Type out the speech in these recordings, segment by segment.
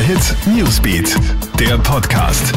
Hit Newsbeat, der Podcast.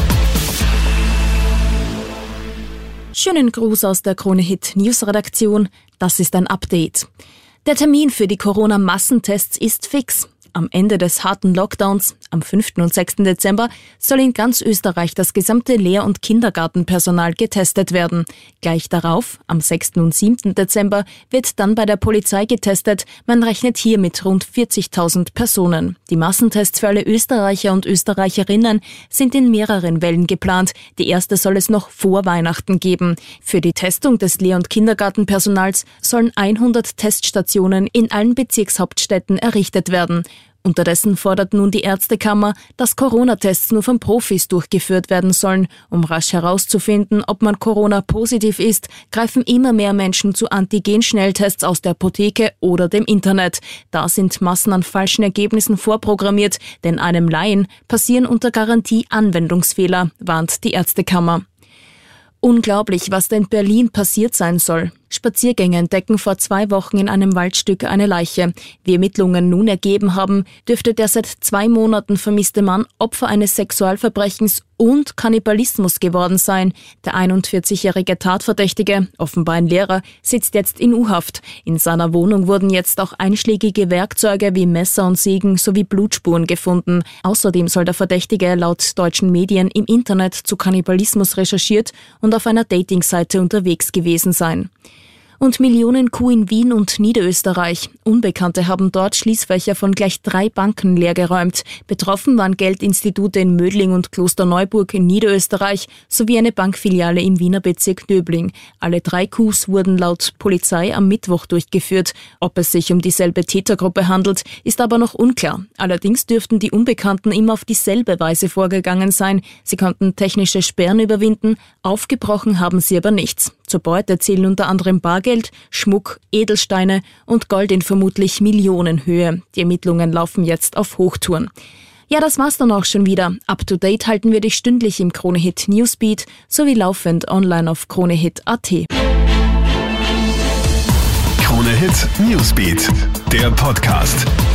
Schönen Gruß aus der Krone Hit News-Redaktion. Das ist ein Update. Der Termin für die Corona-Massentests ist fix. Am Ende des harten Lockdowns, am 5. und 6. Dezember, soll in ganz Österreich das gesamte Lehr- und Kindergartenpersonal getestet werden. Gleich darauf, am 6. und 7. Dezember, wird dann bei der Polizei getestet. Man rechnet hier mit rund 40.000 Personen. Die Massentests für alle Österreicher und Österreicherinnen sind in mehreren Wellen geplant. Die erste soll es noch vor Weihnachten geben. Für die Testung des Lehr- und Kindergartenpersonals sollen 100 Teststationen in allen Bezirkshauptstädten errichtet werden. Unterdessen fordert nun die Ärztekammer, dass Corona-Tests nur von Profis durchgeführt werden sollen. Um rasch herauszufinden, ob man Corona-positiv ist, greifen immer mehr Menschen zu Antigen-Schnelltests aus der Apotheke oder dem Internet. Da sind Massen an falschen Ergebnissen vorprogrammiert, denn einem Laien passieren unter Garantie Anwendungsfehler, warnt die Ärztekammer. Unglaublich, was da in Berlin passiert sein soll. Spaziergänger entdecken vor 2 Wochen in einem Waldstück eine Leiche. Wie Ermittlungen nun ergeben haben, dürfte der seit 2 Monaten vermisste Mann Opfer eines Sexualverbrechens und Kannibalismus geworden sein. Der 41-jährige Tatverdächtige, offenbar ein Lehrer, sitzt jetzt in U-Haft. In seiner Wohnung wurden jetzt auch einschlägige Werkzeuge wie Messer und Sägen sowie Blutspuren gefunden. Außerdem soll der Verdächtige laut deutschen Medien im Internet zu Kannibalismus recherchiert und auf einer Datingseite unterwegs gewesen sein. Und Millionenkuh in Wien und Niederösterreich. Unbekannte haben dort Schließfächer von gleich 3 Banken leergeräumt. Betroffen waren Geldinstitute in Mödling und Klosterneuburg in Niederösterreich sowie eine Bankfiliale im Wiener Bezirk Döbling. Alle 3 Coups wurden laut Polizei am Mittwoch durchgeführt. Ob es sich um dieselbe Tätergruppe handelt, ist aber noch unklar. Allerdings dürften die Unbekannten immer auf dieselbe Weise vorgegangen sein. Sie konnten technische Sperren überwinden, aufgebrochen haben sie aber nichts. Zur Beute zählen unter anderem Bargeld, Schmuck, Edelsteine und Gold in vermutlich Millionenhöhe. Die Ermittlungen laufen jetzt auf Hochtouren. Ja, das war's dann auch schon wieder. Up to date halten wir dich stündlich im Krone Hit Newsbeat sowie laufend online auf kronehit.at. Krone Hit Newsbeat, der Podcast.